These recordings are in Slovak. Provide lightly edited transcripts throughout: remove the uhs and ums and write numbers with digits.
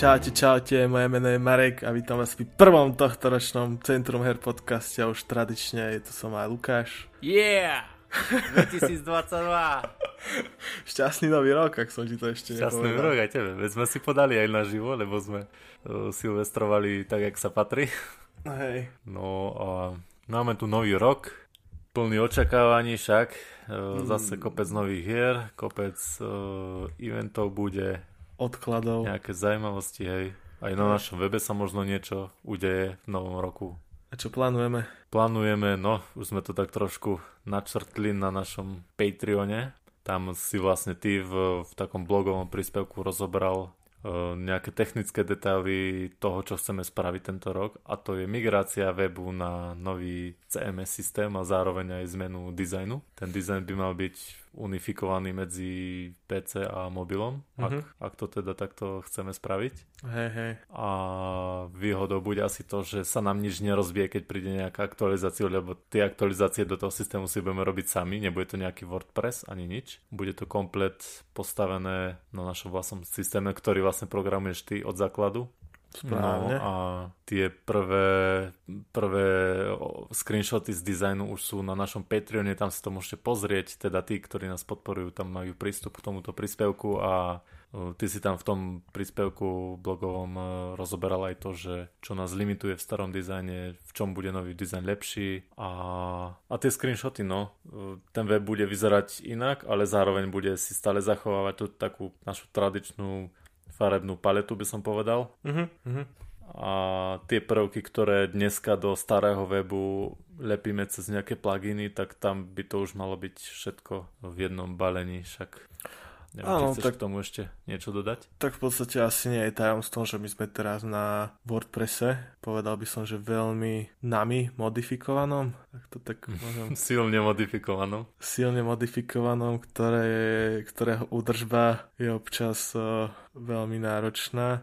Čaute, moje meno je Marek a vítam vás pri prvom tohtoročnom Centrum her podcaste a už tradične je tu som aj Lukáš. Yeah! 2022! Šťastný nový rok, ak som ti to ešte nepovedal. Šťastný nový rok aj tebe, veď sme si podali aj naživo, lebo sme silvestrovali tak, jak sa patrí. Hej. No a máme tu nový rok, plný očakávaní však, zase kopec nových hier, kopec eventov bude, odkladov, nejaké zaujímavosti, hej. Aj na našom webe sa možno niečo udeje v novom roku. A čo plánujeme? Plánujeme, už sme to tak trošku načrtli na našom Patreone. Tam si vlastne ty v takom blogovom príspevku rozoberal nejaké technické detaily toho, čo chceme spraviť tento rok, a to je migrácia webu na nový CMS systém a zároveň aj zmenu dizajnu. Ten dizajn by mal byť unifikovaný medzi PC a mobilom, ak to teda takto chceme spraviť. Hej. A výhodou bude asi to, že sa nám nič nerozbije, keď príde nejaká aktualizácia, lebo tie aktualizácie do toho systému si budeme robiť sami, nebude to nejaký WordPress ani nič. Bude to komplet postavené na našom vlastnom systéme, ktorý vlastne programuješ ty od základu. Správne. No a tie prvé screenshoty z dizajnu už sú na našom Patreone, tam si to môžete pozrieť, teda tí, ktorí nás podporujú, tam majú prístup k tomuto príspevku a ty si tam v tom príspevku blogovom rozoberal aj to, že čo nás limituje v starom dizajne, v čom bude nový dizajn lepší a tie screenshoty, ten web bude vyzerať inak, ale zároveň bude si stále zachovávať tú takú našu tradičnú farebnú paletu, by som povedal. A tie prvky, ktoré dneska do starého webu lepíme cez nejaké pluginy, tak tam by to už malo byť všetko v jednom balení, však neviem, či chceš k tomu ešte niečo dodať? Tak v podstate asi nie je tajomstvom, že my sme teraz na WordPresse, povedal by som, že veľmi nami modifikovanom, tak môžem... Silne modifikovanom, ktorého údržba je občas veľmi náročná.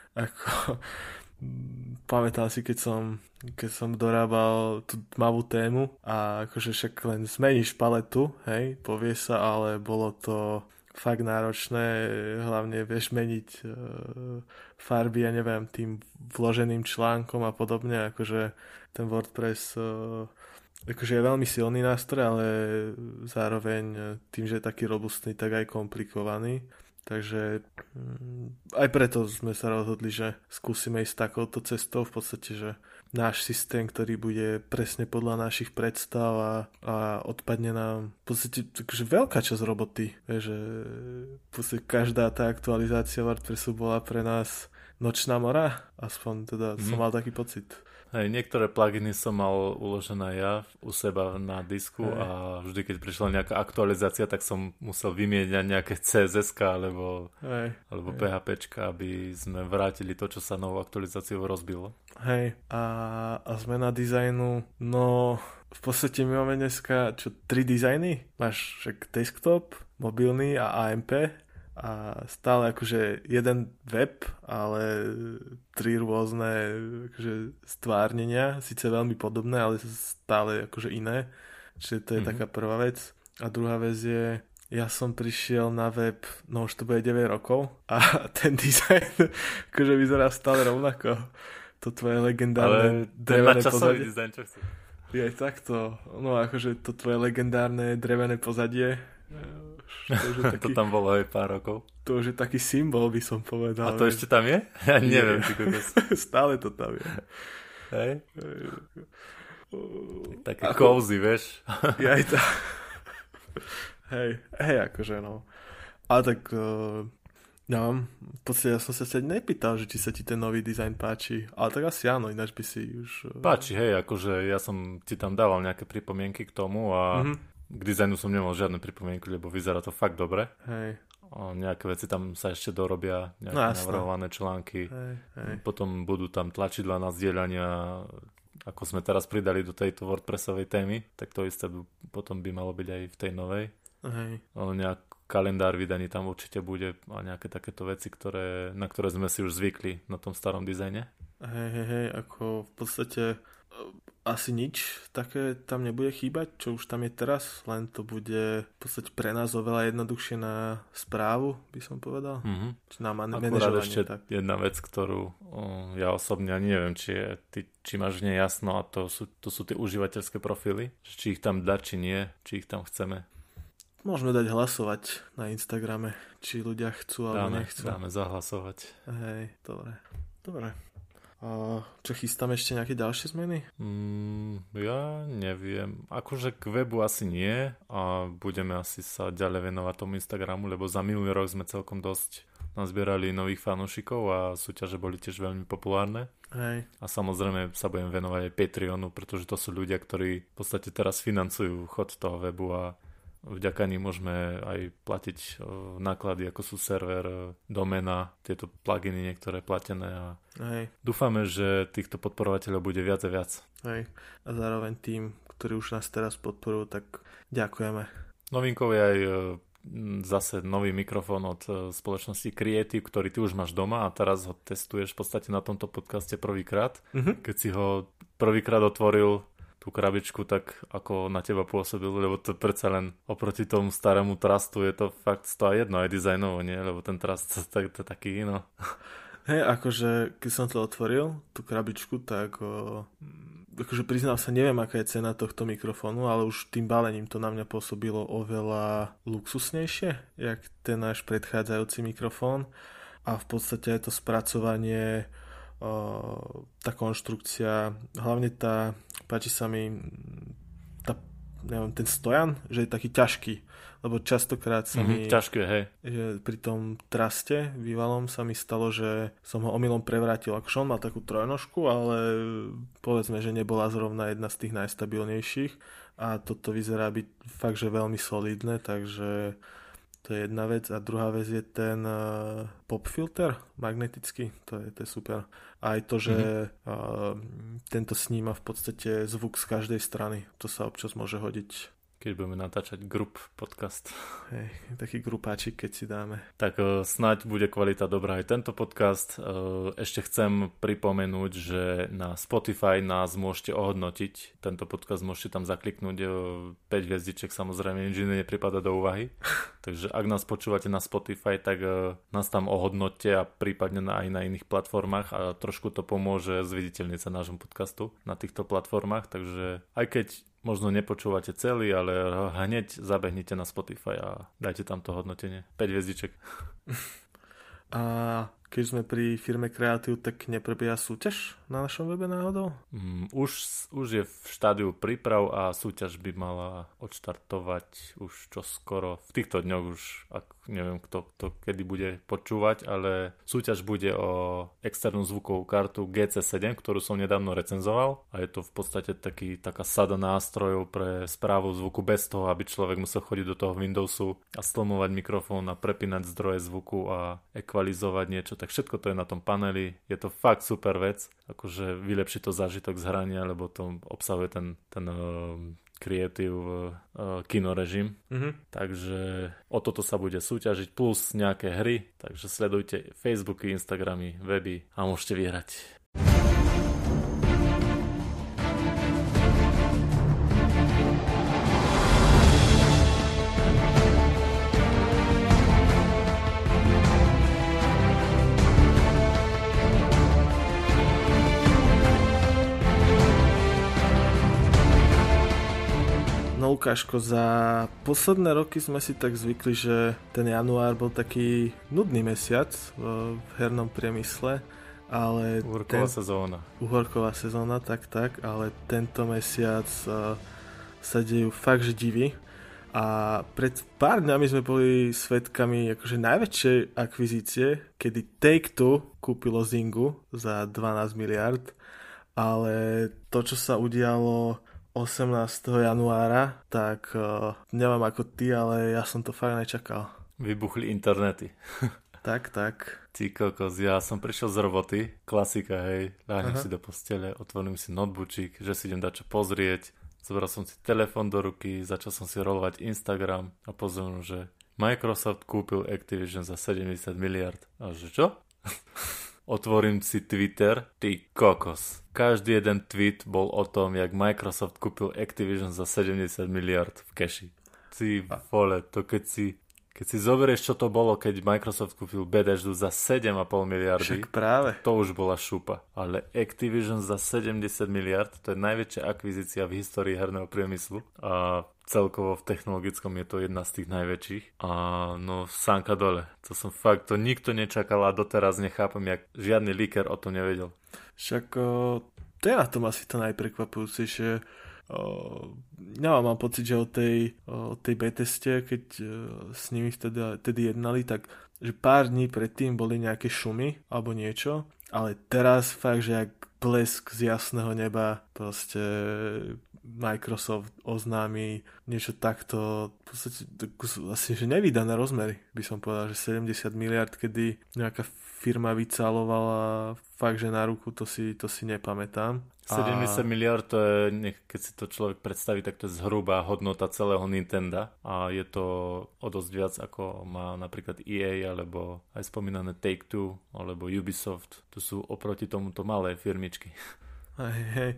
Pamätám si, keď som dorábal tú tmavú tému a akože však len zmeníš paletu, hej, povie sa, ale bolo to fakt náročné, hlavne vieš meniť farby, ja neviem, tým vloženým článkom a podobne, akože ten WordPress akože je veľmi silný nástroj, ale zároveň tým, že je taký robustný, tak aj komplikovaný. Takže aj preto sme sa rozhodli, že skúsime ísť takouto cestou, v podstate, že náš systém, ktorý bude presne podľa našich predstav a odpadne nám v podstate takže veľká časť roboty. Že v podstate každá tá aktualizácia WordPressu bola pre nás nočná mora, aspoň teda som mal taký pocit. Hej, niektoré pluginy som mal uložené ja u seba na disku a vždy, keď prišla nejaká aktualizácia, tak som musel vymieňať nejaké CSS-ka alebo PHPčka, aby sme vrátili to, čo sa novou aktualizáciou rozbilo. Hej, a zmena dizajnu, v podstate my máme dneska 3 dizajny. Máš však desktop, mobilný a AMP. A stále akože jeden web, ale 3 rôzne akože stvárnenia, síce veľmi podobné, ale stále akože iné. Čiže to je taká prvá vec. A druhá vec je, ja som prišiel na web, už to bude 9 rokov a ten dizajn akože vyzerá stále rovnako. To tvoje legendárne drevené pozadie. Dizajn, čo chceš? Je takto, akože to tvoje legendárne drevené pozadie. To tam bolo aj pár rokov. To už je taký symbol, by som povedal. A to ešte tam je? Ja neviem. Stále to tam je. Hej? Také cozy, vieš? Hej, akože Ale tak v podstate ja som sa nepýtal, že či sa ti ten nový dizajn páči. Ale tak asi áno, ináč by si už... Páči, hej, akože ja som ti tam dával nejaké pripomienky k tomu a k dizajnu som nemal žiadne pripomienky, lebo vyzerá to fakt dobre. Hej. A nejaké veci tam sa ešte dorobia, nejaké navrhované články. Hej. Potom budú tam tlačidlá na zdieľania, ako sme teraz pridali do tejto WordPressovej témy, tak to isté potom by malo byť aj v tej novej. Hej. Nejak kalendár vydaní tam určite bude a nejaké takéto veci, na ktoré sme si už zvykli na tom starom dizajne. Hej, ako v podstate asi nič také tam nebude chýbať, čo už tam je teraz, len to bude v podstate pre nás oveľa jednoduchšie na správu, by som povedal. Mm-hmm. Na manažovanie. Ešte tak. jedna vec, ktorú ja osobne ani neviem, či máš v nej jasno, a to sú tie užívateľské profily, či ich tam dať, či nie, či ich tam chceme. Môžeme dať hlasovať na Instagrame, či ľudia chcú alebo nechcú. Dáme zahlasovať. Hej, dobre. A čo chystáme ešte nejaké ďalšie zmeny? Ja neviem. Akože k webu asi nie a budeme asi sa ďalej venovať tomu Instagramu, lebo za minulý rok sme celkom dosť nazbierali nových fanúšikov a súťaže boli tiež veľmi populárne. Hej. A samozrejme sa budem venovať aj Patreonu, pretože to sú ľudia, ktorí v podstate teraz financujú chod toho webu a vďaka nim môžeme aj platiť náklady, ako sú server, domena, tieto pluginy niektoré platené a dúfame, že týchto podporovateľov bude viac a viac. Hej. A zároveň tým, ktorí už nás teraz podporujú, tak ďakujeme. Novinkou je aj zase nový mikrofón od spoločnosti Creative, ktorý ty už máš doma a teraz ho testuješ v podstate na tomto podcaste prvýkrát. Keď si ho prvýkrát otvoril tú krabičku, tak ako na teba pôsobil, lebo to predsa len oproti tomu starému Trustu je to fakt 101 aj dizajnovo, nie? Lebo ten Trust to taký, no. Hej, akože keď som to otvoril, tú krabičku, tak akože priznám sa, neviem, aká je cena tohto mikrofónu, ale už tým balením to na mňa pôsobilo oveľa luxusnejšie, jak ten náš predchádzajúci mikrofón. A v podstate aj to spracovanie, tá konštrukcia, hlavne páči sa mi ten stojan, že je taký ťažký, lebo častokrát sa mi ťažké, hej. Že pri tom Truste bývalom sa mi stalo, že som ho omylom prevrátil, akože on mal takú trojnožku, ale povedzme, že nebola zrovna jedna z tých najstabilnejších a toto vyzerá byť fakt, že veľmi solidné, takže to je jedna vec. A druhá vec je ten pop filter magnetický, to je super. A aj to, že tento sníma v podstate zvuk z každej strany, to sa občas môže hodiť. Keď budeme natáčať grup podcast. Hej, taký grupáčik, keď si dáme. Tak snáď bude kvalita dobrá aj tento podcast. Ešte chcem pripomenúť, že na Spotify nás môžete ohodnotiť. Tento podcast môžete tam zakliknúť 5 hviezdiček, samozrejme nič iné nepripada do úvahy. Takže ak nás počúvate na Spotify, tak nás tam ohodnoťte a prípadne aj na iných platformách a trošku to pomôže zviditeľniť sa nášmu podcastu na týchto platformách. Takže aj keď možno nepočúvate celý, ale hneď zabehnite na Spotify a dajte tam to hodnotenie. 5 hviezdiček. A keď sme pri firme Creative, tak neprebieha súťaž na našom webe náhodou? Už je v štádiu príprav a súťaž by mala odštartovať už čoskoro. V týchto dňoch už, neviem kto kedy bude počúvať, ale súťaž bude o externú zvukovú kartu GC7, ktorú som nedávno recenzoval a je to v podstate taká sada nástrojov pre správu zvuku bez toho, aby človek musel chodiť do toho Windowsu a stlmovať mikrofón a prepínať zdroje zvuku a ekvalizovať niečo, tak všetko to je na tom paneli. Je to fakt super vec, akože vylepší to zážitok z hrania, lebo to obsahuje ten Creative kinorežim. Takže o toto sa bude súťažiť plus nejaké hry, takže sledujte Facebooky, Instagramy, weby a môžete vyhrať. No Lukáško, za posledné roky sme si tak zvykli, že ten január bol taký nudný mesiac v hernom priemysle, ale uhorková sezóna, tak, ale tento mesiac sa dejú fakt, že divy. A pred pár dňami sme boli svedkami akože najväčšej akvizície, kedy Take-Two kúpilo Zyngu za 12 miliard, ale to, čo sa udialo 18. januára, tak neviem ako ty, ale ja som to fakt nečakal. Vybuchli internety. Tak. Ty kokos, ja som prišiel z roboty, klasika, hej, láhnem si do postele, otvorím si noteboočik, že si idem dať čo pozrieť, zobral som si telefón do ruky, začal som si rolovať Instagram a pozriem, že Microsoft kúpil Activision za 70 miliard. A že čo? otvorím si Twitter, ty kokos. Každý jeden tweet bol o tom, jak Microsoft kúpil Activision za 70 miliard v keši. Ty vole, to keď si zoberieš, čo to bolo, keď Microsoft kúpil Bethesdu za 7,5 miliardy, Však práve. to už bola šupa. Ale Activision za 70 miliard, to je najväčšia akvizícia v histórii herného priemyslu. A celkovo v technologickom je to jedna z tých najväčších. A no, sánka dole. To nikto nečakal a doteraz nechápem, jak žiadny leaker o tom nevedel. Však to je na tom asi to najprekvapujúcejšie. Ja mám pocit, že o tej Bethesde, keď s nimi vtedy jednali, tak že pár dní predtým boli nejaké šumy alebo niečo, ale teraz fakt, že jak blesk z jasného neba proste Microsoft oznámi niečo takto, v podstate asi že nevydané rozmery, by som povedal, že 70 miliard, kedy nejaká firma vycálovala fakt, že na ruku, to si nepamätám. 70 miliard, to je, keď si to človek predstaví, tak to je zhruba hodnota celého Nintendo a je to o dosť viac, ako má napríklad EA alebo aj spomínané Take-Two alebo Ubisoft. To sú oproti tomuto malé firmičky. Hej.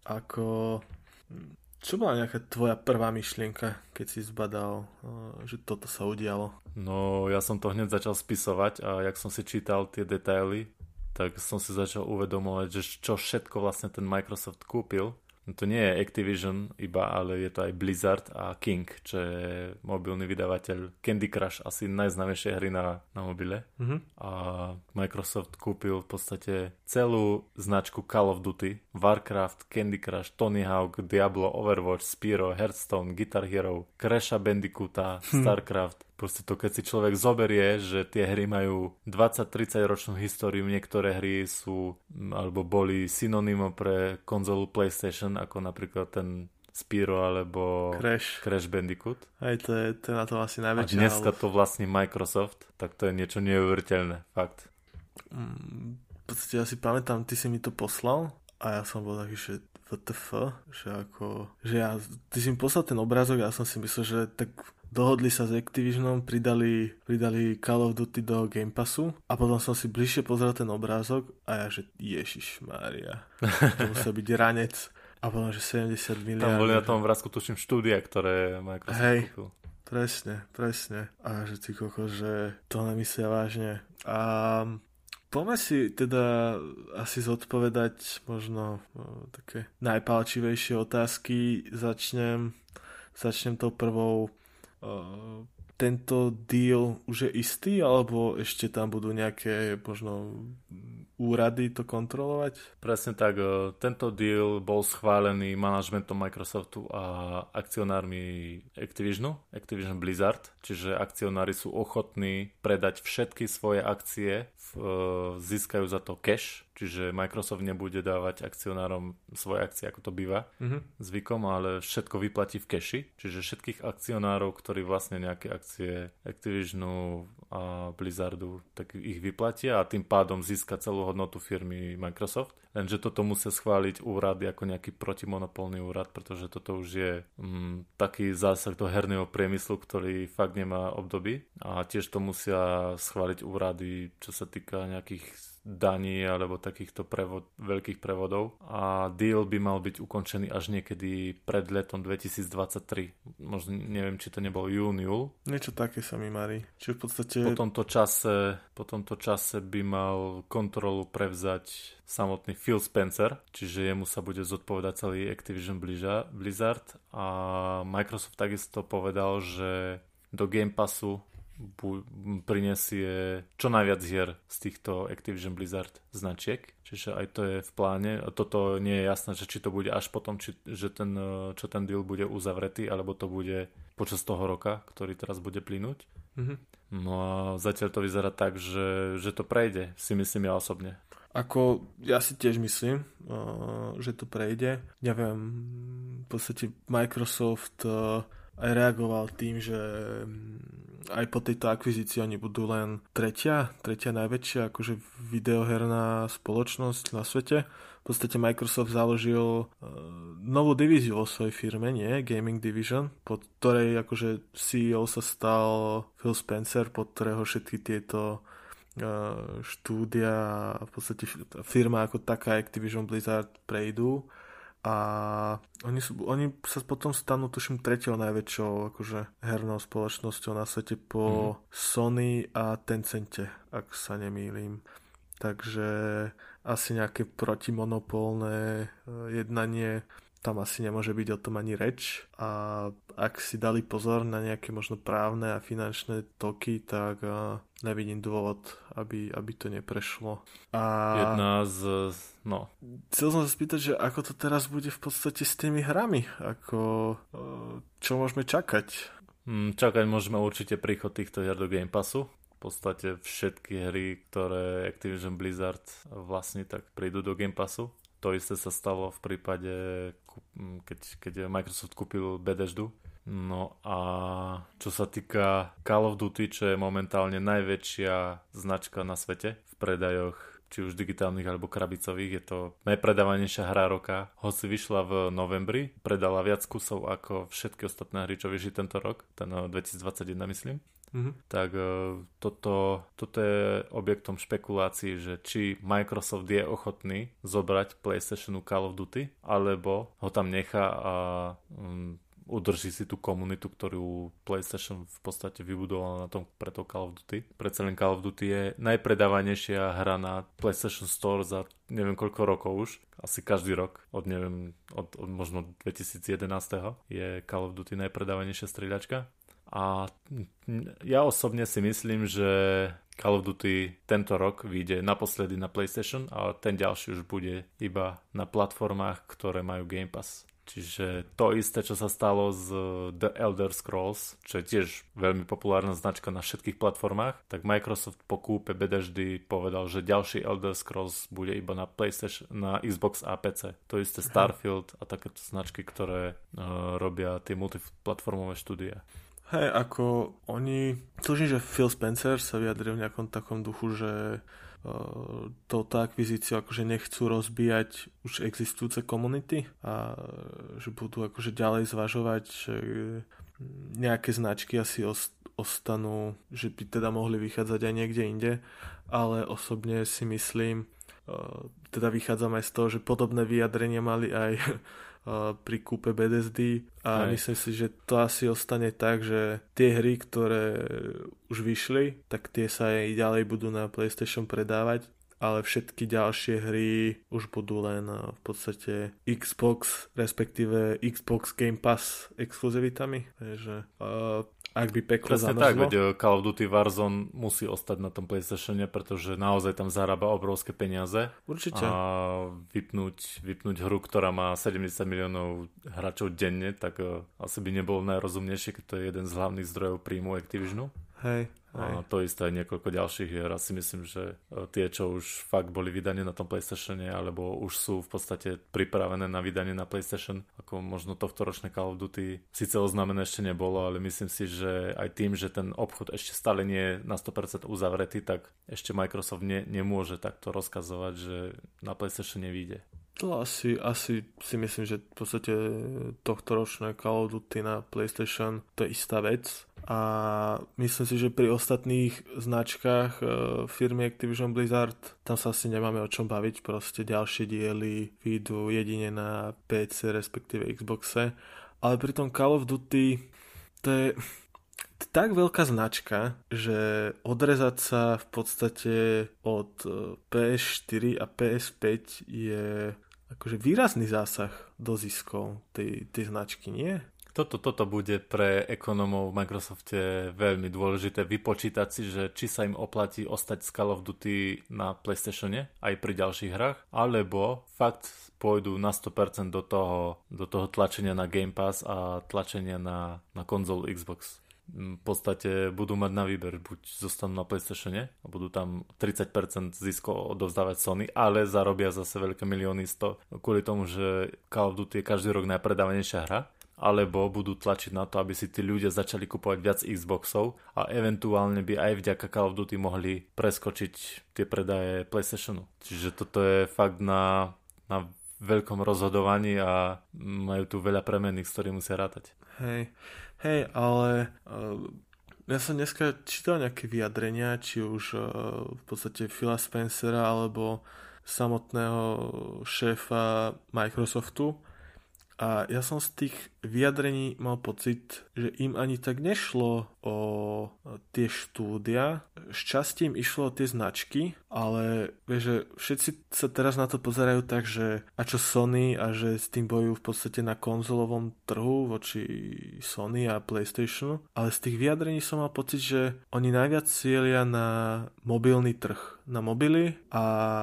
Čo bola nejaká tvoja prvá myšlienka, keď si zbadal, že toto sa udialo? No, ja som to hneď začal spisovať a jak som si čítal tie detaily, tak som si začal uvedomovať, že čo všetko vlastne ten Microsoft kúpil. No to nie je Activision iba, ale je to aj Blizzard a King, čo je mobilný vydavateľ Candy Crush, asi najznámejšie hry na mobile. Mm-hmm. A Microsoft kúpil v podstate celú značku Call of Duty, Warcraft, Candy Crush, Tony Hawk, Diablo, Overwatch, Spyro, Hearthstone, Guitar Hero, Crasha Bandicoota, Starcraft. Proste to, keď si človek zoberie, že tie hry majú 20-30 ročnú históriu, niektoré hry sú alebo boli synonymom pre konzolu PlayStation, ako napríklad ten Spyro alebo Crash Bandicoot. Aj to je na to asi najväčšia. A dneska to vlastní Microsoft, tak to je niečo neuveriteľné, fakt. V podstate ja si pamätám, ty si mi to poslal a ja som bol taký, že WTF, ty si mi poslal ten obrázok a ja som si myslel, že tak dohodli sa s Activisionom, pridali Call of Duty do Game Passu a potom som si bližšie pozrel ten obrázok a ja, že Ježišmária, to musel byť ranec a potom, že 70 miliard. Tam boli na tom obrázku, tuším, štúdia, ktoré Microsoft kúpil. Presne. A že ty koko, že to nemyslia vážne. A poďme si teda asi zodpovedať možno také najpálčivejšie otázky. Začnem tou prvou. Tento deal už je istý, alebo ešte tam budú nejaké možno úrady to kontrolovať? Presne tak. Tento deal bol schválený manažmentom Microsoftu a akcionármi Activision Blizzard, čiže akcionári sú ochotní predať všetky svoje akcie, získajú za to cash, čiže Microsoft nebude dávať akcionárom svoje akcie, ako to býva zvykom, ale všetko vyplatí v cashi, čiže všetkých akcionárov, ktorí vlastne nejaké akcie Activisionu a Blizzardu, tak ich vyplatia a tým pádom získa celú hodnotu firmy Microsoft. Lenže toto musia schváliť úrady ako nejaký protimonopolný úrad, pretože toto už je taký zásah do herného priemyslu, ktorý fakt nemá obdoby a tiež to musia schváliť úrady, čo sa týka nejakých daní alebo takýchto veľkých prevodov a deal by mal byť ukončený až niekedy pred letom 2023. Možno neviem, či to nebol júl. Niečo také sa mi marí. Čiže v podstate... Po tomto čase by mal kontrolu prevzať samotný Phil Spencer, čiže jemu sa bude zodpovedať celý Activision Blizzard a Microsoft takisto povedal, že do Game Passu prinesie čo najviac hier z týchto Activision Blizzard značiek, čiže aj to je v pláne. Toto nie je jasné, že či to bude až potom, čo ten deal bude uzavretý, alebo to bude počas toho roka, ktorý teraz bude plynúť. Mm-hmm. No a zatiaľ to vyzerá tak, že to prejde, si myslím ja osobne. Ja si tiež myslím, že to prejde. Neviem, v podstate Microsoft aj reagoval tým, že aj po tejto akvizícii oni budú len tretia najväčšia akože videoherná spoločnosť na svete. V podstate Microsoft založil novú divíziu vo svojej firme, Gaming Division, pod ktorej akože CEO sa stal Phil Spencer, pod ktorého všetky tieto štúdia a v podstate firma ako taká Activision Blizzard prejdú a oni sa potom stanú, tuším, tretiou najväčšou akože hernou spoločnosťou na svete po Sony a Tencente, ak sa nemýlim. Takže asi nejaké protimonopolné jednanie tam asi nemôže byť o tom ani reč a ak si dali pozor na nejaké možno právne a finančné toky, tak nevidím dôvod, aby to neprešlo. A chcel som sa spýtať, že ako to teraz bude v podstate s tými hrami, čo môžeme čakať? Čakať môžeme určite príchod týchto hier do Game Passu. V podstate všetky hry, ktoré Activision Blizzard vlastní, tak prídu do Game Passu. To isté sa stalo v prípade, keď Microsoft kúpil Bethesdu. No a čo sa týka Call of Duty, čo je momentálne najväčšia značka na svete v predajoch, či už digitálnych alebo krabicových, je to najpredávanejšia hra roka. Hoci vyšla v novembri, predala viac kusov ako všetky ostatné hry, čo vyšli tento rok, ten 2021 myslím. Tak toto je objektom špekulácií, že či Microsoft je ochotný zobrať PlayStationu Call of Duty, alebo ho tam nechá a udrží si tú komunitu, ktorú PlayStation v podstate vybudoval na tom pre to Call of Duty. Predsa len Call of Duty je najpredávanejšia hra na PlayStation Store za neviem koľko rokov už. Asi každý rok, od možno 2011. je Call of Duty najpredávanejšia strieľačka. A ja osobne si myslím, že Call of Duty tento rok vyjde naposledy na PlayStation a ten ďalší už bude iba na platformách, ktoré majú Game Pass. Čiže to isté, čo sa stalo z The Elder Scrolls, čo je tiež veľmi populárna značka na všetkých platformách, tak Microsoft po kúpe Bethesdy povedal, že ďalší Elder Scrolls bude iba na PlayStation, na Xbox a PC. To isté Starfield a takéto značky, ktoré robia tie multiplatformové štúdie. Hej, ako oni, tužím, že Phil Spencer sa vyjadril v nejakom takom duchu, že touto akvizíciou akože nechcú rozbíjať už existujúce komunity a že budú akože ďalej zvažovať, že nejaké značky asi ostanú, že by teda mohli vychádzať aj niekde inde, ale osobne si myslím, teda vychádzam aj z toho, že podobné vyjadrenia mali aj pri kúpe Bethesdy a myslím si, že to asi ostane tak, že tie hry, ktoré už vyšli, tak tie sa aj ďalej budú na PlayStation predávať, ale všetky ďalšie hry už budú len v podstate Xbox, respektíve Xbox Game Pass exkluzivitami. Takže ak by peklo zamrzlo. Presne tak, veď Call of Duty Warzone musí ostať na tom PlayStatione, pretože naozaj tam zarába obrovské peniaze. Určite. A vypnúť hru, ktorá má 70 miliónov hráčov denne, tak asi by nebolo najrozumnejšie, keď to je jeden z hlavných zdrojov príjmu Activisionu. Hej. A to isté aj niekoľko ďalších hier. Asi myslím, že tie, čo už fakt boli vydané na tom PlayStatione, alebo už sú v podstate pripravené na vydanie na PlayStation, ako možno tohtoročné Call of Duty síce oznámené ešte nebolo, ale myslím si, že aj tým, že ten obchod ešte stále nie je na 100% uzavretý, tak ešte Microsoft nemôže takto rozkazovať, že na PlayStation nevyjde. To asi si myslím, že v podstate tohtoročné Call of Duty na PlayStation to je istá vec a myslím si, že pri ostatných značkách firmy Activision Blizzard tam sa asi nemáme o čom baviť, proste ďalšie diely vyjdú jedine na PC respektíve Xboxe, ale pri tom Call of Duty to je tak veľká značka, že odrezať sa v podstate od PS4 a PS5 je akože výrazný zásah do ziskov tej značky, nie? Toto bude pre ekonomov v Microsofte veľmi dôležité vypočítať si, že či sa im oplatí ostať z Call of Duty na PlayStatione aj pri ďalších hrách, alebo fakt pôjdu na 100% do toho tlačenia na Game Pass a tlačenia na konzolu Xbox. V podstate budú mať na výber, buď zostanú na PlayStatione a budú tam 30% ziskov odovzdávať Sony, ale zarobia zase veľké milióny kvôli tomu, že Call of Duty je každý rok najpredávanejšia hra, alebo budú tlačiť na to, aby si tí ľudia začali kupovať viac Xboxov a eventuálne by aj vďaka Call of Duty mohli preskočiť tie predaje PlayStationu. Čiže toto je fakt na veľkom rozhodovaní a majú tu veľa premenných, s ktorými musia rátať. Hej, ale Ja som dneska čítal nejaké vyjadrenia, či už v podstate Phila Spencera alebo samotného šéfa Microsoftu. A ja som z tých vyjadrení mal pocit, že im ani tak nešlo o tie štúdia. Šťastím išlo o tie značky, ale vieš, že všetci sa teraz na to pozerajú tak, že a čo Sony a že s tým bojujú v podstate na konzolovom trhu voči Sony a PlayStationu. Ale z tých vyjadrení som mal pocit, že oni najviac cieľia na mobilný trh, na mobily a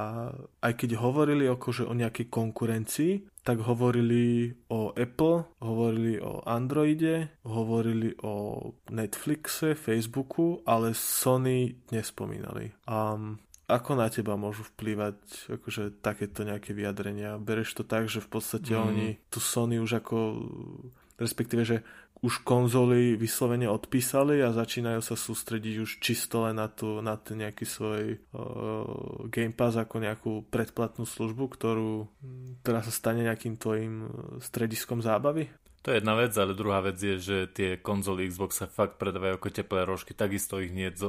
aj keď hovorili akože o nejakej konkurencii, tak hovorili o Apple, hovorili o Androide, hovorili o Netflixe, Facebooku, ale Sony nespomínali. Ako na teba môžu vplývať akože takéto nejaké vyjadrenia? Bereš to tak, že v podstate oni tu Sony už ako, respektíve, že už konzoly vyslovene odpísali a začínajú sa sústrediť už čisto len na ten nejaký svoj Game Pass ako nejakú predplatnú službu, ktorá sa stane nejakým tvojim strediskom zábavy? To je jedna vec, ale druhá vec je, že tie konzoly Xbox sa fakt predávajú ako teplé rožky, takisto ich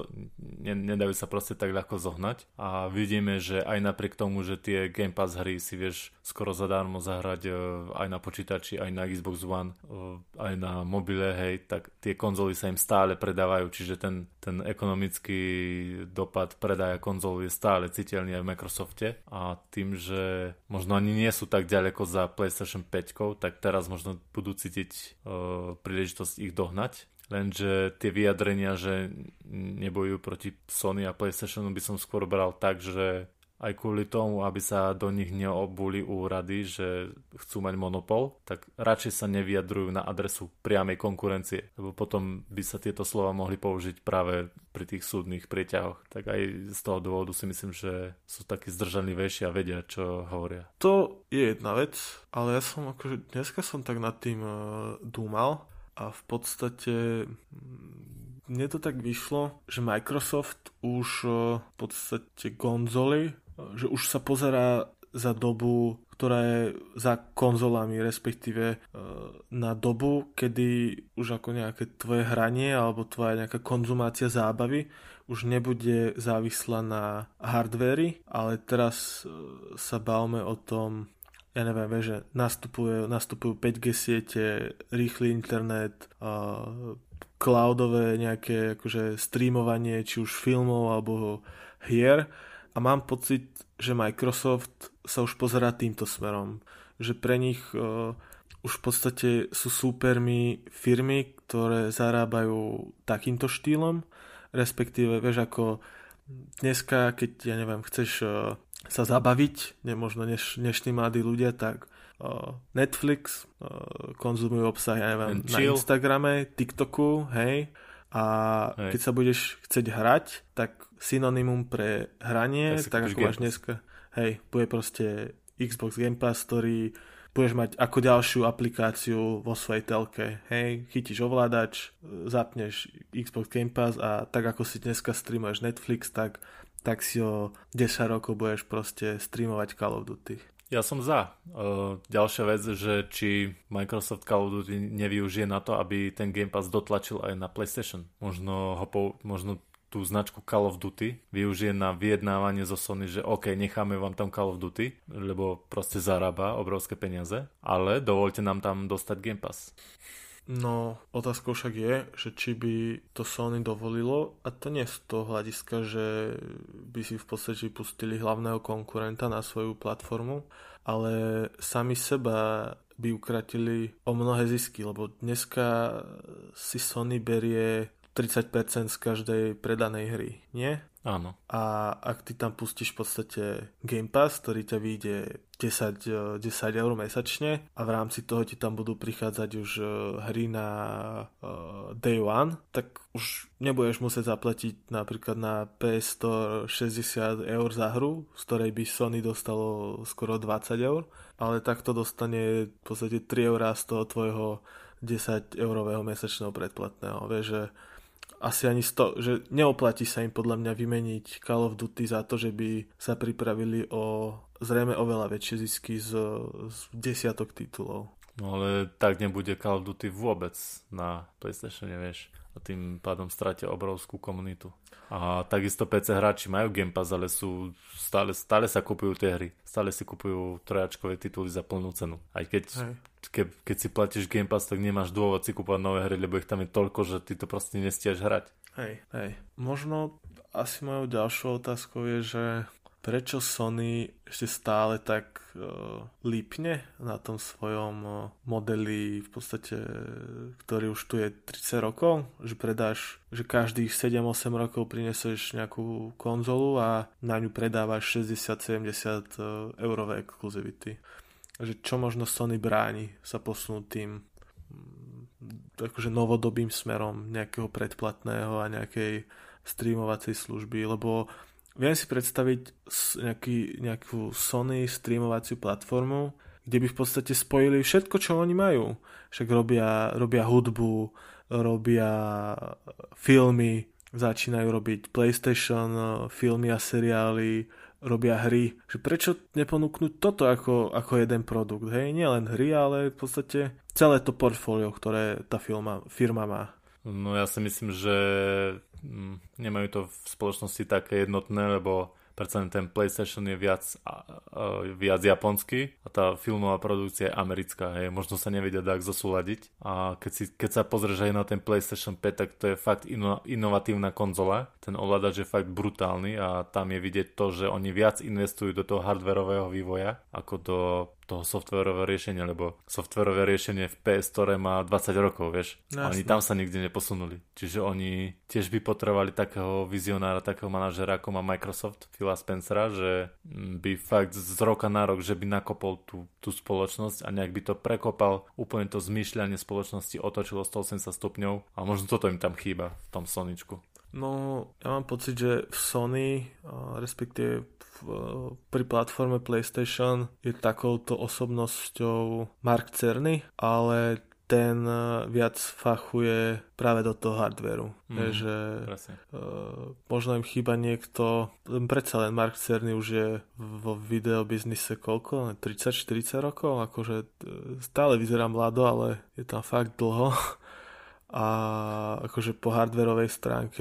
nedajú sa proste tak ľahko zohnať a vidíme, že aj napriek tomu, že tie Game Pass hry si vieš skoro zadarmo zahrať aj na počítači, aj na Xbox One, aj na mobile, hej, tak tie konzoly sa im stále predávajú, čiže ten ekonomický dopad predaja konzol je stále citeľný aj v Microsofte a tým, že možno ani nie sú tak ďaleko za PlayStation 5, tak teraz možno budú cítiť príležitosť ich dohnať. Lenže tie vyjadrenia, že nebojujú proti Sony a PlayStationu by som skôr bral tak, že aj kvôli tomu, aby sa do nich neobuli úrady, že chcú mať monopol, tak radšej sa nevyjadrujú na adresu priamej konkurencie, lebo potom by sa tieto slova mohli použiť práve pri tých súdnych prieťahoch. Tak aj z toho dôvodu si myslím, že sú takí zdržanlivejší a vedia, čo hovoria. To je jedna vec, ale ja som akože dneska som tak nad tým dúmal a v podstate mne to tak vyšlo, že Microsoft už v podstate konzoly, že už sa pozerá za dobu, ktorá je za konzolami, respektíve na dobu, kedy už ako nejaké tvoje hranie alebo tvoja nejaká konzumácia zábavy už nebude závislá na hardvéri, ale teraz sa bavme o tom, ja neviem, že nastupujú 5G siete, rýchly internet, cloudové nejaké akože streamovanie, či už filmov alebo hier. A mám pocit, že Microsoft sa už pozerá týmto smerom. Že pre nich už v podstate sú súpermi firmy, ktoré zarábajú takýmto štýlom. Respektíve, vieš, ako dneska, keď, ja neviem, chceš sa zabaviť, možno dnešní mladí ľudia, tak Netflix, konzumujú obsah, ja neviem, na Instagrame, TikToku, hej. A keď sa budeš chcieť hrať, tak synonymum pre hranie, tak ako máš dneska, hej, bude proste Xbox Game Pass, ktorý budeš mať ako ďalšiu aplikáciu vo svojej telke, hej, chytíš ovládač, zapneš Xbox Game Pass a tak ako si dneska streamuješ Netflix, tak si o 10 rokov budeš proste streamovať Call of Duty. Ja som za. Ďalšia vec, že či Microsoft Call of Duty nevyužije na to, aby ten Game Pass dotlačil aj na PlayStation. Možno tú značku Call of Duty využije na vyjednávanie zo Sony, že OK, necháme vám tam Call of Duty, lebo proste zarába obrovské peniaze, ale dovolte nám tam dostať Game Pass. No, otázkou však je, že či by to Sony dovolilo, a to nie z toho hľadiska, že by si v podstate pustili hlavného konkurenta na svoju platformu, ale sami seba by ukratili o mnohé zisky, lebo dneska si Sony berie 30% z každej predanej hry, nie? Áno. A ak ty tam pustíš v podstate Game Pass, ktorý ťa vyjde 10 eur mesačne a v rámci toho ti tam budú prichádzať už hry na Day One, tak už nebudeš musieť zaplatiť napríklad na PS Store 60 eur za hru, z ktorej by Sony dostalo skoro 20 eur, ale takto dostane v podstate 3 eurá z toho tvojho 10 eurového mesačného predplatného. Vieš, že asi ani že neoplatí sa im podľa mňa vymeniť Call of Duty za to, že by sa pripravili o zrejme oveľa väčšie zisky z desiatok titulov. No ale tak nebude Call of Duty vôbec na PlayStation, vieš. a tým pádom stratia obrovskú komunitu. A takisto PC hráči majú Game Pass, ale sú stále sa kupujú tie hry. Stále si kupujú trojačkové tituly za plnú cenu. Aj keď si platíš Game Pass, tak nemáš dôvod si kúpovať nové hry, lebo ich tam je toľko, že ty to proste nestiaš hrať. Hej. Možno asi mojou ďalšou otázkou je, že prečo Sony ešte stále tak lípne na tom svojom modeli, v podstate, ktorý už tu je 30 rokov, že predáš, že každých 7-8 rokov prineseš nejakú konzolu a na ňu predávaš 60-70 eurové exkluzivity. Že čo možno Sony bráni sa posunúť tým akože novodobým smerom nejakého predplatného a nejakej streamovacej služby, lebo viem si predstaviť nejakú Sony streamovaciu platformu, kde by v podstate spojili všetko, čo oni majú. Však robia hudbu, robia filmy, začínajú robiť PlayStation, filmy a seriály, robia hry. Že prečo neponúknuť toto ako jeden produkt? Hej, nie len hry, ale v podstate celé to portfólio, ktoré tá firma má. No ja si myslím, že nemajú to v spoločnosti také jednotné, lebo predsa ten PlayStation je viac japonský a tá filmová produkcia je americká. Hej. Možno sa nevedia tak zosúladiť. A keď sa pozrieš aj na ten PlayStation 5, tak to je fakt inovatívna konzola. Ten ovládač je fakt brutálny a tam je vidieť to, že oni viac investujú do toho hardwarového vývoja ako do toho softwarového riešenia, lebo softwarové riešenie v PS Store má 20 rokov, vieš. A oni tam sa nikde neposunuli. Čiže oni tiež by potrebovali takého vizionára, takého manažera, ako má Microsoft, Phila Spencera, že by fakt z roka na rok, že by nakopol tú spoločnosť a nejak by to prekopal, úplne to zmýšľanie spoločnosti otočilo 180 stupňov a možno toto im tam chýba v tom Soničku. No, ja mám pocit, že v Sony, respektíve pri platforme PlayStation je takouto osobnosťou Mark Cerny, ale ten viac fachuje práve do toho hardvéru. Takže možno im chýba niekto, predsa len Mark Cerny už je vo videobiznise koľko? 30-40 rokov? Akože stále vyzerá mlado, ale je tam fakt dlho. A akože po hardwareovej stránke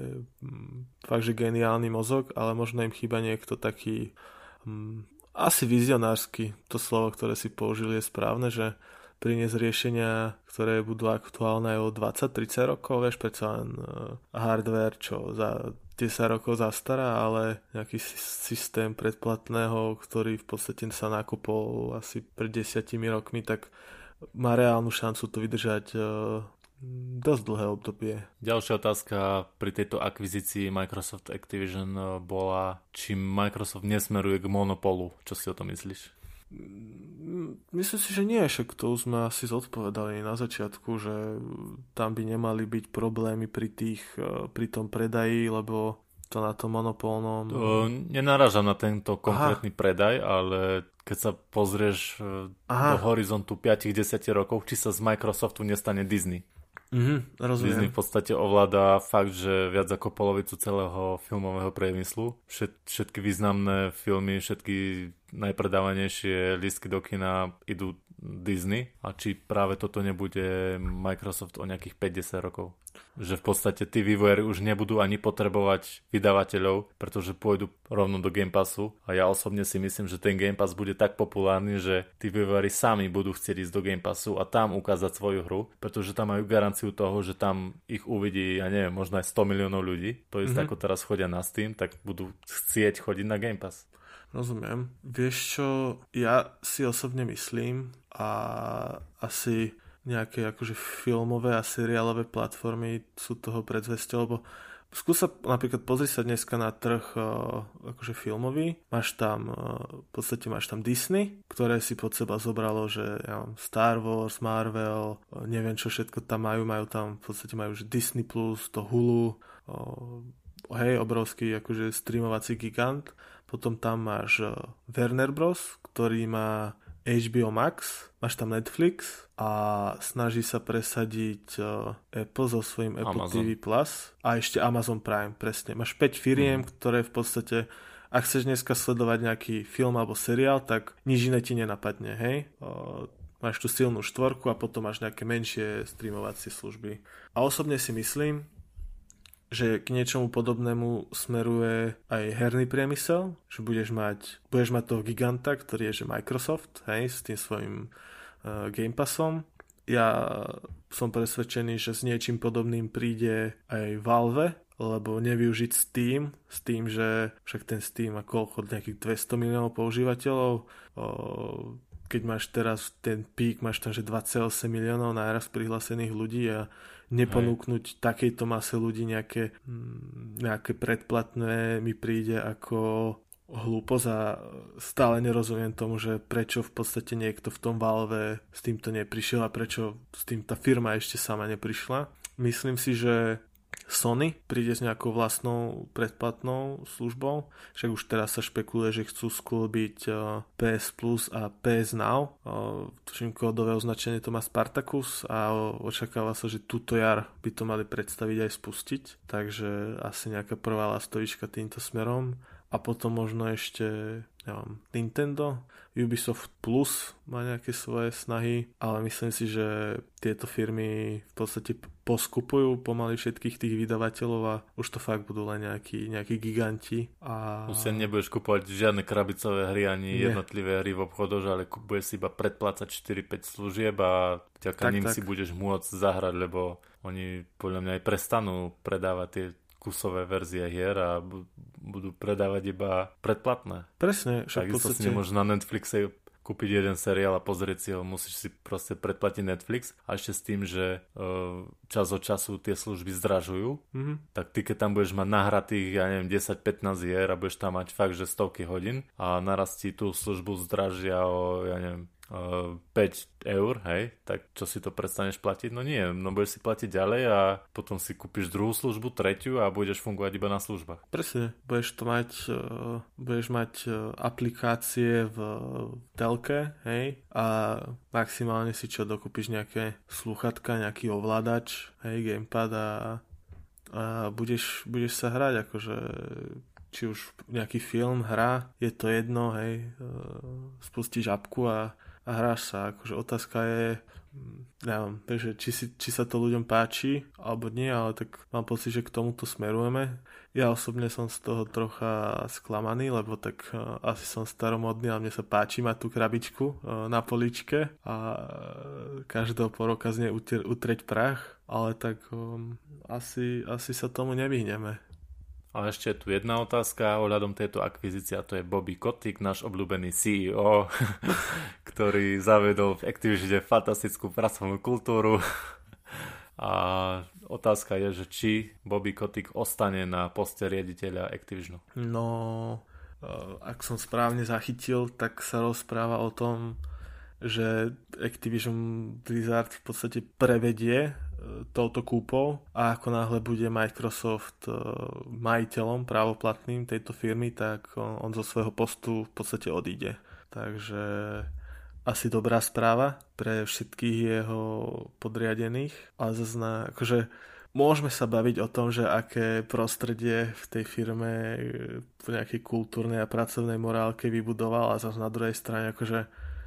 fakt, že geniálny mozog, ale možno im chýba niekto taký asi vizionársky. To slovo, ktoré si použili, je správne, že priniesť riešenia, ktoré budú aktuálne aj o 20-30 rokov, vieš, predsa len hardware, čo za 10 rokov zastará, ale nejaký systém predplatného, ktorý v podstate sa nakopol asi pred 10 rokmi, tak má reálnu šancu to vydržať dosť dlhé obdobie. Ďalšia otázka pri tejto akvizícii Microsoft Activision bola, či Microsoft nesmeruje k monopolu. Čo si o tom myslíš? Myslím si, že nie, však to už sme asi zodpovedali na začiatku, že tam by nemali byť problémy pri tom predaji, lebo to na tom monopolnom... Nenarážam na tento konkrétny predaj, ale keď sa pozrieš do horizontu 5-10 rokov, či sa z Microsoftu nestane Disney. Rozumiem. Disney v podstate ovláda fakt, že viac ako polovicu celého filmového priemyslu. Všetky významné filmy, všetky najpredávanejšie lístky do kina idú Disney a či práve toto nebude Microsoft o nejakých 5-10 rokov. Že v podstate tí vývojári už nebudú ani potrebovať vydavateľov, pretože pôjdu rovno do Game Passu a ja osobne si myslím, že ten Game Pass bude tak populárny, že tí vývojári sami budú chcieť ísť do Game Passu a tam ukázať svoju hru, pretože tam majú garanciu toho, že tam ich uvidí, ja neviem, možno aj 100 miliónov ľudí. To je ako teraz chodia na Steam, tak budú chcieť chodiť na Game Pass. Rozumiem. Vieš čo, ja si osobne myslím a asi nejaké akože filmové a seriálové platformy sú toho predzvesťou, lebo skúsa napríklad pozri sa dneska na trh akože filmový, máš tam v podstate máš tam Disney, ktoré si pod seba zobralo, že ja mám Star Wars, Marvel, neviem čo všetko tam majú tam v podstate majú že Disney+, to Hulu, hej, obrovský akože streamovací gigant. Potom tam máš Warner Bros., ktorý má HBO Max, máš tam Netflix a snaží sa presadiť Apple so svojím Apple Amazon. TV Plus a ešte Amazon Prime, presne. Máš 5 firiem, ktoré v podstate, ak chceš dneska sledovať nejaký film alebo seriál, tak nič iné ti nenapadne, hej? máš tú silnú štvorku a potom máš nejaké menšie streamovacie služby. A osobne si myslím, že k niečomu podobnému smeruje aj herný priemysel, že budeš mať toho giganta, ktorý je že Microsoft, hej, s tým svojím Game Passom. Ja som presvedčený, že s niečím podobným príde aj Valve, lebo nevyužiť Steam s tým, že však ten Steam má koľko, nejakých 200 miliónov používateľov, keď máš teraz ten pík, máš tam že 2,8 miliónov naraz prihlásených ľudí a neponúknuť takejto mase ľudí nejaké predplatné mi príde ako hlúposť a stále nerozumiem tomu, že prečo v podstate niekto v tom Valve s týmto neprišiel a prečo s tým tá firma ešte sama neprišla. Myslím si, že Sony príde s nejakou vlastnou predplatnou službou, však už teraz sa špekuluje, že chcú sklbiť PS Plus a PS Now, tuším kódové označenie to má Spartacus a očakáva sa, že túto jar by to mali predstaviť aj spustiť, takže asi nejaká prvá lastovička týmto smerom a potom možno ešte Nintendo, Ubisoft Plus má nejaké svoje snahy, ale myslím si, že tieto firmy v podstate poskupujú pomaly všetkých tých vydavateľov a už to fakt budú len nejakí giganti. Už si nebudeš kupovať žiadne krabicové hry ani jednotlivé hry v obchodoch, ale budeš si iba predplácať 4-5 služieb a vďaka ním si budeš môcť zahrať, lebo oni podľa mňa aj prestanú predávať tie kusové verzie hier a budú predávať iba predplatné. Presne. Takisto si nemôžeš na Netflixe kúpiť jeden seriál a pozrieť si ho, musíš si proste predplatiť Netflix a ešte s tým, že čas od času tie služby zdražujú, tak ty keď tam budeš mať nahratých, 10-15 hier a budeš tam mať fakt, že stovky hodín a naraz ti tú službu zdražia o, 5 eur, hej, tak čo si to prestaneš platiť? No nie, no budeš si platiť ďalej a potom si kúpiš druhú službu, tretiu a budeš fungovať iba na službách. Presne, budeš mať aplikácie v telke, hej, a maximálne si čo dokúpiš nejaké slúchatka, nejaký ovládač, hej, gamepad a budeš sa hrať, akože či už nejaký film, hra, je to jedno, hej, spustíš apku a hráš sa, akože otázka je, neviem, takže či sa to ľuďom páči, alebo nie, ale tak mám pocit, že k tomuto smerujeme. Ja osobne som z toho trocha sklamaný, lebo tak asi som staromodný a mne sa páči mať tú krabičku na poličke a každého pol roka z nej utreť prach, ale tak asi sa tomu nevyhneme. A ešte je tu jedna otázka ohľadom tejto akvizície a to je Bobby Kotick, náš obľúbený CEO, ktorý zavedol v Activisione fantastickú pracovnú kultúru. A otázka je, že či Bobby Kotick ostane na poste riaditeľa Activisionu. No, ak som správne zachytil, tak sa rozpráva o tom, že Activision Blizzard v podstate prevedie touto kúpou a ako náhle bude Microsoft majiteľom právoplatným tejto firmy, tak on zo svojho postu v podstate odíde. Takže asi dobrá správa pre všetkých jeho podriadených, ale zase akože môžeme sa baviť o tom, že aké prostredie v tej firme po nejakej kultúrnej a pracovnej morálke vybudoval a zase na druhej strane akože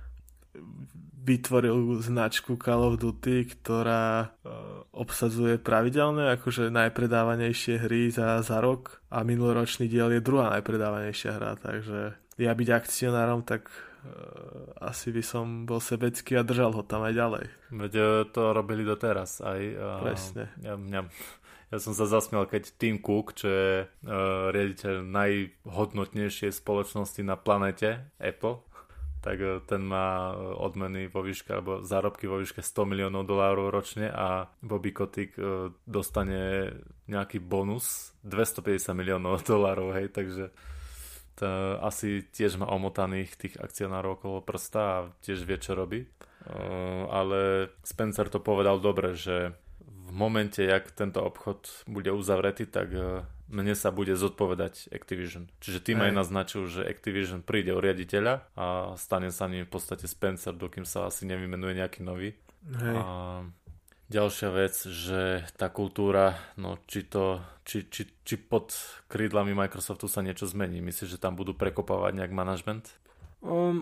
vytvoril značku Call of Duty, ktorá obsadzuje pravidelné akože najpredávanejšie hry za rok a minuloročný diel je druhá najpredávanejšia hra, takže ja byť akcionárom, tak asi by som bol sebecký a držal ho tam aj ďalej. Veď to robili doteraz aj. Presne. Ja som sa zasmial, keď Tim Cook, čo je riaditeľ najhodnotnejšej spoločnosti na planete Apple, tak ten má odmeny vo výške, alebo zárobky vo výške $100 miliónov ročne a Bobby Kotick dostane nejaký bonus $250 miliónov, hej, takže to asi tiež má omotaných tých akcionárov okolo prsta a tiež vie, čo robí. Ale Spencer to povedal dobre, že v momente, jak tento obchod bude uzavretý, tak mne sa bude zodpovedať Activision. Čiže tým aj naznačil, že Activision príde o riaditeľa a stane sa ním v podstate Spencer, dokým sa asi nevymenuje nejaký nový. Hej. A ďalšia vec, že tá kultúra, no či pod krídlami Microsoftu sa niečo zmení. Myslíš, že tam budú prekopávať nejak manažment?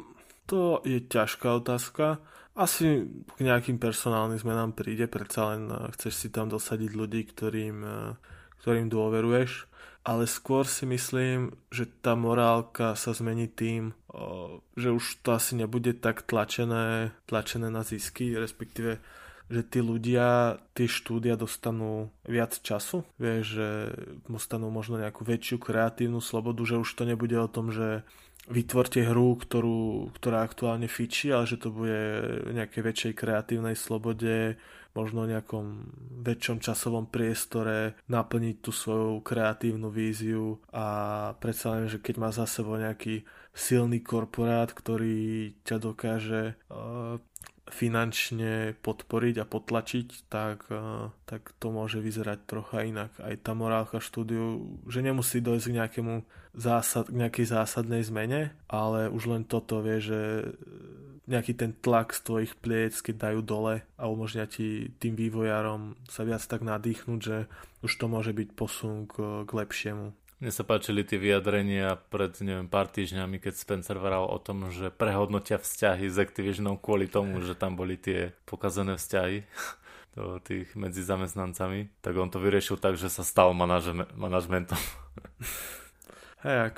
To je ťažká otázka. Asi k nejakým personálnym zmenám príde, predsa len chceš si tam dosadiť ľudí, ktorým dôveruješ. Ale skôr si myslím, že tá morálka sa zmení tým, že už to asi nebude tak tlačené na zisky, respektíve že tí ľudia, tie štúdia dostanú viac času, vieš, že dostanú možno nejakú väčšiu kreatívnu slobodu, že už to nebude o tom, že vytvorte hru, ktorá aktuálne fičí, ale že to bude v nejakej väčšej kreatívnej slobode, možno v nejakom väčšom časovom priestore naplniť tú svoju kreatívnu víziu a predsa len, že keď má za sebou nejaký silný korporát, ktorý ťa dokáže finančne podporiť a potlačiť, tak to môže vyzerať trocha inak. Aj tá morálka štúdiu, že nemusí dojsť k nejakej zásadnej zmene, ale už len toto vie, že nejaký ten tlak z tvojich pliec, keď dajú dole a umožňa ti tým vývojárom sa viac tak nadýchnuť, že už to môže byť posun k lepšiemu. Mne sa páčili tie vyjadrenia pred, pár týždňami, keď Spencer vral o tom, že prehodnotia vzťahy s Activisionom kvôli tomu, že tam boli tie pokazené vzťahy tých medzi zamestnancami. Tak on to vyriešil tak, že sa stal manažmentom. Hej,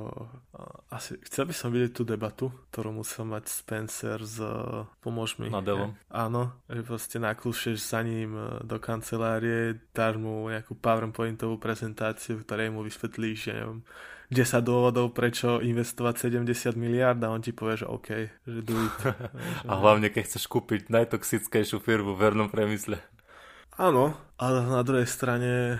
asi chcel by som vidieť tú debatu, ktorú musel mať Spencer s pomôž mi. Nadelom. Áno, že proste nakúšeš za ním do kancelárie, dáš mu nejakú PowerPointovú prezentáciu, v ktorej mu vysvetlíš, že neviem, 10 dôvodov, prečo investovať 70 miliárd a on ti povie, že OK, že do it. A hlavne, keď chceš kúpiť najtoxickejšiu firmu v hernom priemysle. Áno, ale na druhej strane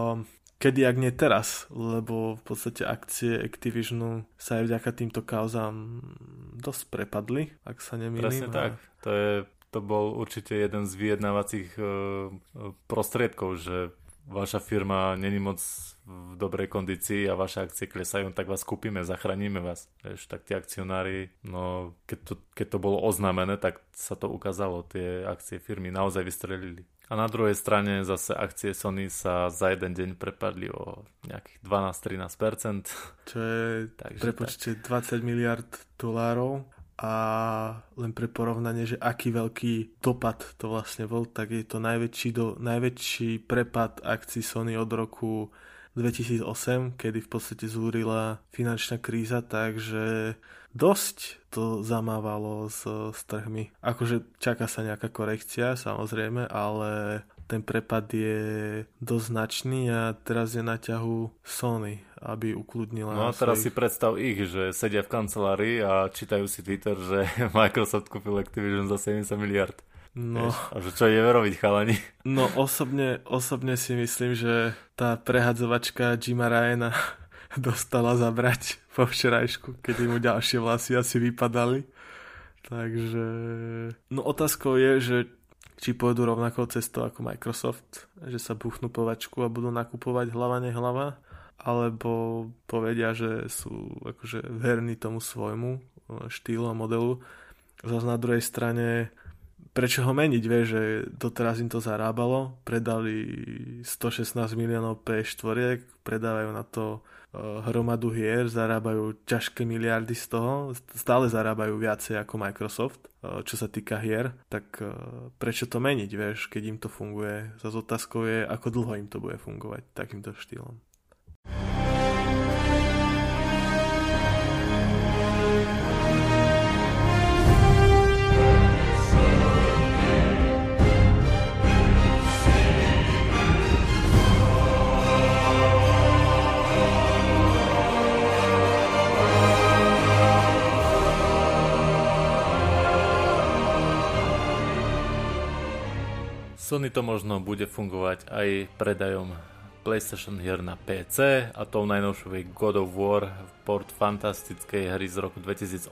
kedy, ak nie teraz, lebo v podstate akcie Activisionu sa aj vďaka týmto kauzám dosť prepadli, ak sa nemýlim. Presne tak. To bol určite jeden z vyjednávacích prostriedkov, že vaša firma není moc v dobrej kondícii a vaše akcie klesajú, tak vás kúpime, zachránime vás. Vieš, tak tí akcionári, no keď to bolo oznámené, tak sa to ukázalo, tie akcie firmy naozaj vystrelili. A na druhej strane zase akcie Sony sa za jeden deň prepadli o nejakých 12-13%. Čo je prepočte 20 miliard dolárov a len pre porovnanie, že aký veľký dopad to vlastne bol, tak je to najväčší prepad akcií Sony od roku 2008, kedy v podstate zúrila finančná kríza, takže dosť to zamávalo s trhmi. Akože čaká sa nejaká korekcia, samozrejme, ale ten prepad je dosť značný a teraz je na ťahu Sony, aby ukludnila. No a teraz si predstav ich, že sedia v kancelárii a čítajú si Twitter, že Microsoft kúpil Activision za 70 miliard. No. A že čo je robiť, chalani? No osobne si myslím, že tá prehadzovačka Jima Ryana dostala zabrať po včerajšku, keď mu ďalšie vlasy asi vypadali. Takže no otázkou je, že či pôjdu rovnakou cestou ako Microsoft, že sa buchnú po vačku a budú nakupovať hlava nehlava, alebo povedia, že sú akože verní tomu svojmu štýlu a modelu. Zas na druhej strane prečo ho meniť, vieš, že doteraz im to zarábalo, predali 116 miliónov PS4, predávajú na to hromadu hier, zarábajú ťažké miliardy z toho, stále zarábajú viacej ako Microsoft, čo sa týka hier, tak prečo to meniť, vieš, keď im to funguje. Zas otázkou je, ako dlho im to bude fungovať takýmto štýlom. Sony to možno bude fungovať aj predajom PlayStation hier na PC a tou najnovšou je God of War, port fantastickej hry z roku 2018,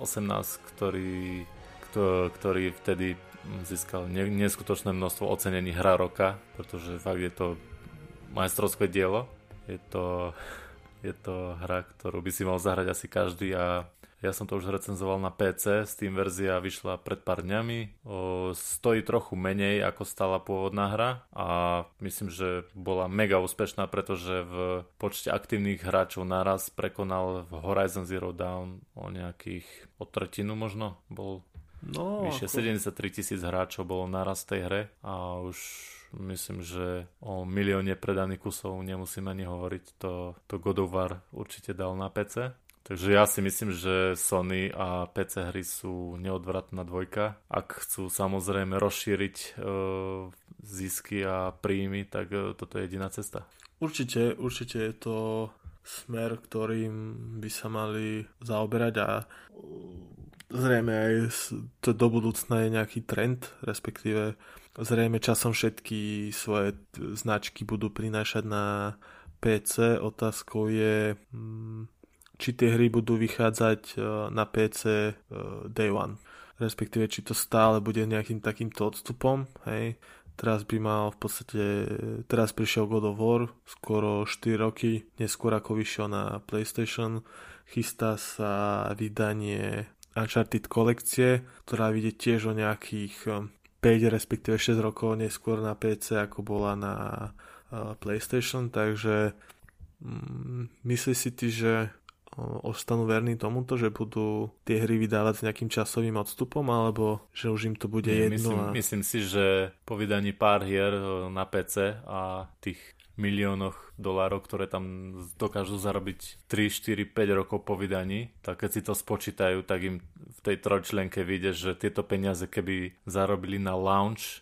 ktorý vtedy získal neskutočné množstvo ocenení hra roka, pretože fakt je to majstrovské dielo. Je to hra, ktorú by si mal zahrať asi každý a Ja som to už recenzoval na PC, Steam verzia vyšla pred pár dňami. Stojí trochu menej, ako stála pôvodná hra a myslím, že bola mega úspešná, pretože v počte aktívnych hráčov naraz prekonal v Horizon Zero Dawn o nejakých, o tretinu možno, bol vyššie 73 000 hráčov bolo naraz v tej hre a už myslím, že o 1 milióne predaných kusov nemusím ani hovoriť, to God of War určite dal na PC. Takže ja si myslím, že Sony a PC hry sú neodvratná dvojka. Ak chcú samozrejme rozšíriť zisky a príjmy, tak toto je jediná cesta. Určite je to smer, ktorým by sa mali zaoberať a zrejme aj to do budúcna je nejaký trend, respektíve zrejme časom všetky svoje značky budú prinášať na PC. Otázkou je, či tie hry budú vychádzať na PC day one. Respektíve, či to stále bude nejakým takýmto odstupom. Hej. Teraz prišiel God of War, skoro 4 roky, neskôr ako vyšiel na PlayStation. Chystá sa vydanie Uncharted kolekcie, ktorá vyjde tiež o nejakých 5, respektíve 6 rokov neskôr na PC, ako bola na PlayStation. Takže myslíš si ty, že ostanú verní tomuto, že budú tie hry vydávať s nejakým časovým odstupom, alebo že už im to bude jedno? Myslím si, že po vydaní pár hier na PC a tých miliónoch dolárov, ktoré tam dokážu zarobiť 3, 4, 5 rokov po vydaní, tak keď si to spočítajú, tak im v tej trojčlenke vyjde, že tieto peniaze keby zarobili na launch,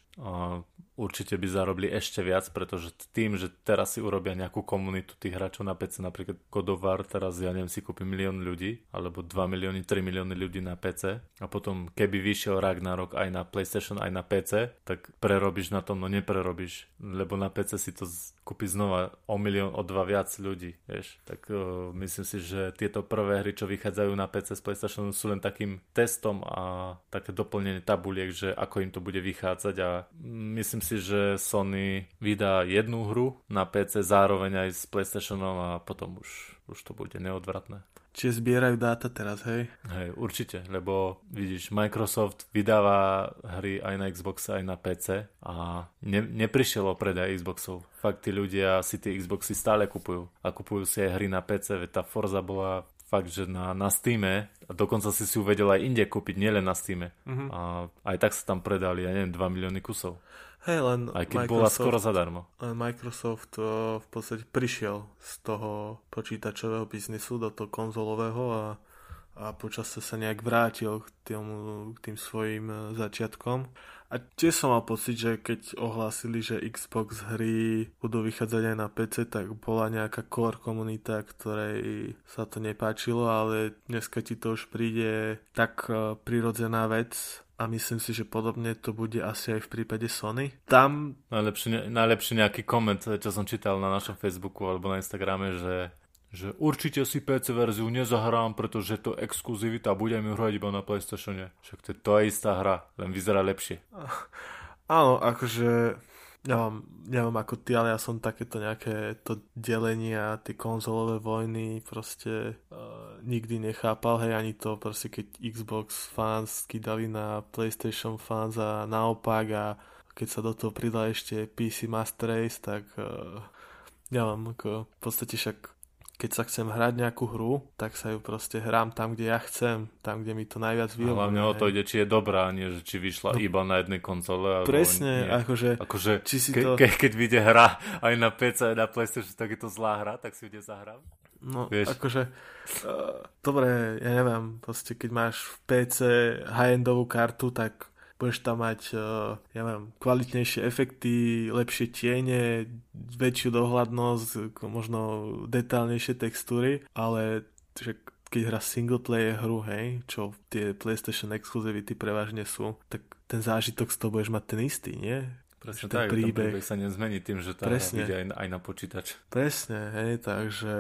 určite by zarobili ešte viac, pretože tým, že teraz si urobia nejakú komunitu tých hráčov na PC, napríklad God of War, teraz ja neviem, si kúpi 1 milión ľudí, alebo 2 milióny, 3 milióny ľudí na PC a potom keby vyšiel Ragnarok aj na PlayStation, aj na PC, tak prerobíš na tom, no neprerobíš, lebo na PC si to kúpi znova o 1 milión, o 2 viac ľudí, vieš, tak myslím si, že tieto prvé hry, čo vychádzajú na PC z PlayStationu sú len takým testom a také doplnenie tabuliek, že ako im to bude vychádzať a myslím si, že Sony vydá jednu hru na PC zároveň aj s PlayStationom a potom už to bude neodvratné. Čiže zbierajú dáta teraz, hej? Hej, určite, lebo vidíš, Microsoft vydáva hry aj na Xbox, aj na PC a neprišiel o predaj Xboxov. Fakt, tí ľudia si tie Xboxy stále kupujú a kupujú si aj hry na PC, veď tá Forza bola fakt, že na Steame a dokonca si ju vedel aj inde kúpiť, nielen na Steame. A aj tak sa tam predali, ja neviem, 2 milióny kusov. Hej, len aj keď bola skoro zadarmo. Microsoft v podstate prišiel z toho počítačového biznisu do toho konzolového a počasie sa nejak vrátil k tým svojim začiatkom. A tiež som mal pocit, že keď ohlásili, že Xbox hry budú vychádzať aj na PC, tak bola nejaká core komunita, ktorej sa to nepáčilo, ale dneska ti to už príde tak prirodzená vec a myslím si, že podobne to bude asi aj v prípade Sony. Tam najlepšie nejaký koment, čo som čítal na našom Facebooku alebo na Instagrame, že určite si PC verziu nezahrám, pretože to exkluzivita, budem ju hrať iba na PlayStatione. Však to je to istá hra, len vyzerá lepšie. Áno, akože neviem ako ty, ale ja som takéto nejaké to delenie a tie konzolové vojny proste nikdy nechápal, hej, ani to proste keď Xbox fans skydali na PlayStation fans a naopak a keď sa do toho pridá ešte PC Master Race, tak neviem, ako v podstate však keď sa chcem hrať nejakú hru, tak sa ju proste hrám tam, kde ja chcem, tam, kde mi to najviac vyhovuje. Hlavne o to ide, či je dobrá, nie že či vyšla iba na jednej konzole. Presne, akože či si to... Keď vyjde hra aj na PC, aj na PlayStation, tak je to zlá hra, tak si ju nezahrám. No, vieš? Akože, dobre, ja neviem, proste keď máš v PC high-endovú kartu, tak budeš tam mať, kvalitnejšie efekty, lepšie tiene, väčšiu dohľadnosť, možno detailnejšie textúry, ale keď hra single player hru, hej, čo tie PlayStation exclusivity prevažne sú, tak ten zážitok z toho budeš mať ten istý, nie? Presne tak, ten príbeh sa nezmení tým, že tá hra vyjde aj na počítač. Presne, hej, takže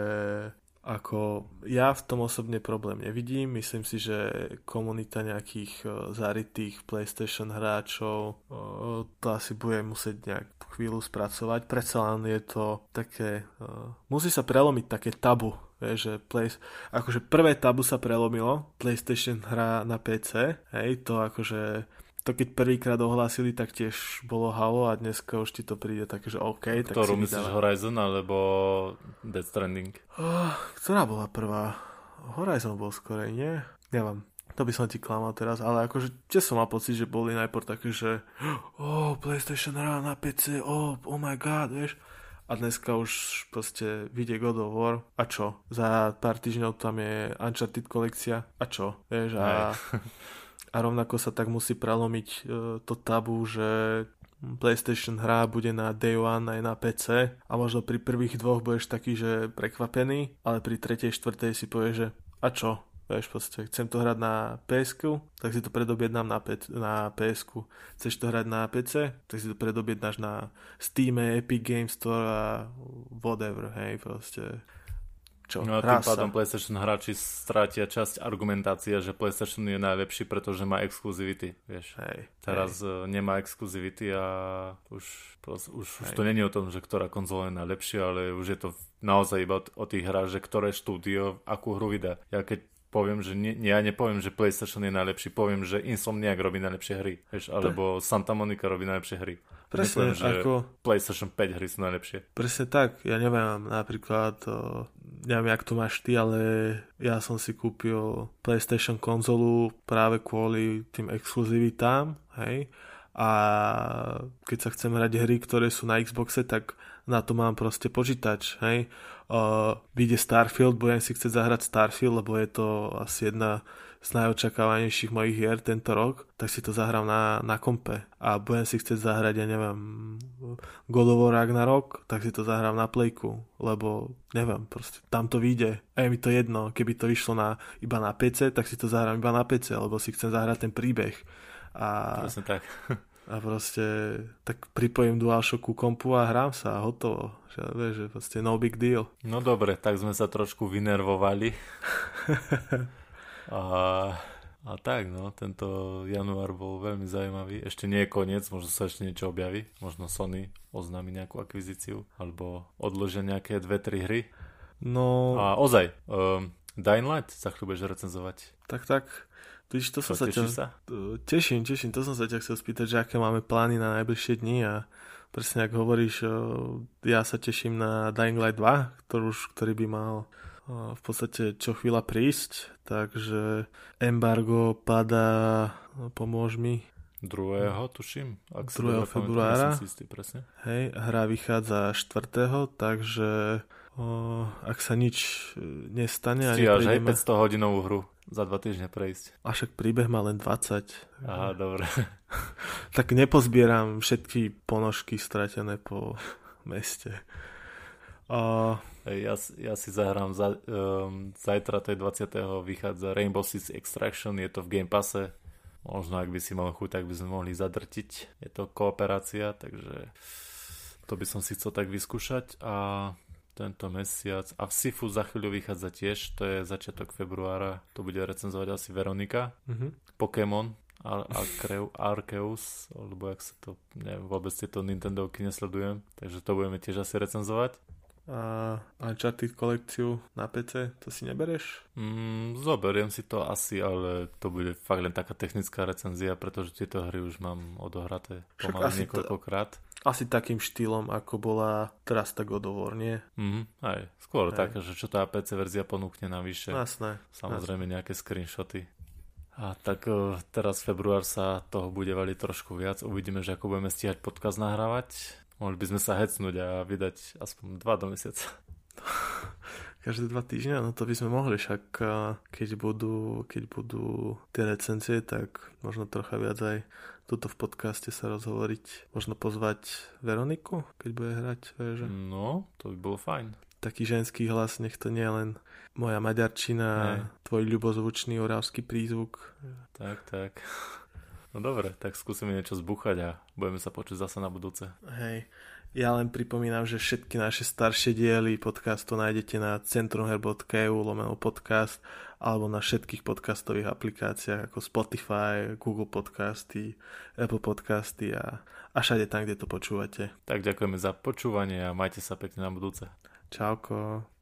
ako ja v tom osobne problém nevidím. Myslím si, že komunita nejakých zarytých PlayStation hráčov to asi bude musieť nejak chvíľu spracovať. Predsa len je to také musí sa prelomiť také tabu Vieš, že akože prvé tabu sa prelomilo, PlayStation hrá na PC, hej, to akože to keď prvýkrát ohlásili, tak tiež bolo halo a dneska už ti to príde také, že OK. Ktorú myslíš, Horizon alebo Death Stranding? Ktorá bola prvá? Horizon bol skorej, nie? Neviem. To by som ti klamal teraz, ale akože tiež som mal pocit, že boli najprv také, že PlayStation hrá na PC, oh my god, vieš. A dneska už proste vyjde God of War. A čo? Za pár týždňov tam je Uncharted kolekcia. A čo? Vieš, a rovnako sa tak musí prelomiť to tabu, že PlayStation hra bude na Day One aj na PC a možno pri prvých dvoch budeš taký, že prekvapený, ale pri tretej, štvrtej si povieš, že a čo? Vieš, proste, chcem to hrať na PS-ku, tak si to predobjednám na PS-ku. Chceš to hrať na PC, tak si to predobjednáš na Steam, Epic Games Store a whatever, hej, proste. Čo? No a tým pádom PlayStation hráči strátia časť argumentácie, že PlayStation je najlepší, pretože má exkluzivity, vieš. Teraz nemá exkluzivity a už to není o tom, že ktorá konzola je najlepšia, ale už je to naozaj iba o tých hrách, že ktoré štúdio akú hru vydá. Ja keď poviem, že ja nepoviem, že PlayStation je najlepší, poviem, že Insomniac robí najlepšie hry, vieš, alebo Santa Monica robí najlepšie hry. Presne, nepoviem, že PlayStation 5 hry sú najlepšie. Presne tak, ja neviem, napríklad, neviem, jak to máš ty, ale ja som si kúpil PlayStation konzolu práve kvôli tým exkluzivitám, hej, a keď sa chcem hrať hry, ktoré sú na Xboxe, tak na to mám proste počítač, hej. Vyjde Starfield, budem si chcieť zahrať Starfield, lebo je to asi jedna z najočakávanejších mojich hier tento rok, tak si to zahrám na kompe. A budem si chcieť zahrať, ja neviem, God of War Ragnarok, tak si to zahrám na Playku, lebo neviem, proste tam to vyjde. A je mi to jedno, keby to vyšlo iba na PC, tak si to zahrám iba na PC, lebo si chcem zahrať ten príbeh. Presne tak. A proste tak pripojím DualShock ku kompu a hrám sa a hotovo. Vieš, že proste no big deal. No dobre, tak sme sa trošku vynervovali. A tak, no, tento január bol veľmi zaujímavý. Ešte nie je koniec, možno sa ešte niečo objaví. Možno Sony oznámi nejakú akvizíciu, alebo odložia nejaké 2-3 hry. No... A ozaj, Dying Light sa budeš recenzovať. Tak. To som sa teším, to som sa ťa chcel spýtať, že aké máme plány na najbližšie dni a presne ako hovoríš, ja sa teším na Dying Light 2, ktorý by mal v podstate čo chvíľa prísť, takže embargo padá, pomôž mi. 2. tuším. 2. februára. Presne. Hej, hra vychádza 4. takže ak sa nič nestane... Stíhaš aj 500 hodinovú hru za 2 týždne prejsť. A však príbeh má len 20. Aha, dobre. Tak nepozbieram všetky ponožky stratené po meste. Ja si zahrám zajtra, to je 20. vychádza Rainbow Six Extraction, je to v Game Passe. Možno ak by si mal chuť, tak by sme mohli zadrtiť. Je to kooperácia, takže to by som si chcel tak vyskúšať. A tento mesiac a v Sifu za chvíľu vychádza tiež, to je začiatok februára, to bude recenzovať asi Veronika. Pokémon Arceus, alebo jak sa to, neviem, vôbec tieto Nintendovky nesledujem, takže to budeme tiež asi recenzovať. A Uncharted kolekciu na PC, to si nebereš? Zoberiem si to asi, ale to bude fakt len taká technická recenzia, pretože tieto hry už mám odohraté pomaly niekoľkokrát. Asi takým štýlom, ako bola teraz tá God of War, nie? Aj, skôr také, že čo tá PC verzia ponúkne navyše. Jasné. Samozrejme nejaké screenshoty. A tak teraz február sa toho bude valiť trošku viac. Uvidíme, že ako budeme stíhať podcast nahrávať. Mohli by sme sa hecnúť a vydať aspoň 2 do mesiaca. Každé 2 týždňa? No to by sme mohli, však keď budú tie recenzie, tak možno trocha viac aj tuto v podcaste sa rozhovoriť. Možno pozvať Veroniku, keď bude hrať. Že? No, to by bolo fajn. Taký ženský hlas, nech to nie je len moja maďarčina, tvoj ľubozvučný oravský prízvuk. Tak. No dobre, tak skúsime niečo zbuchať a budeme sa počuť zase na budúce. Hej, ja len pripomínam, že všetky naše staršie diely podcastu nájdete na centrumher.eu/podcast alebo na všetkých podcastových aplikáciách ako Spotify, Google Podcasty, Apple Podcasty a všade tam, kde to počúvate. Tak ďakujeme za počúvanie a majte sa pekne na budúce. Čauko.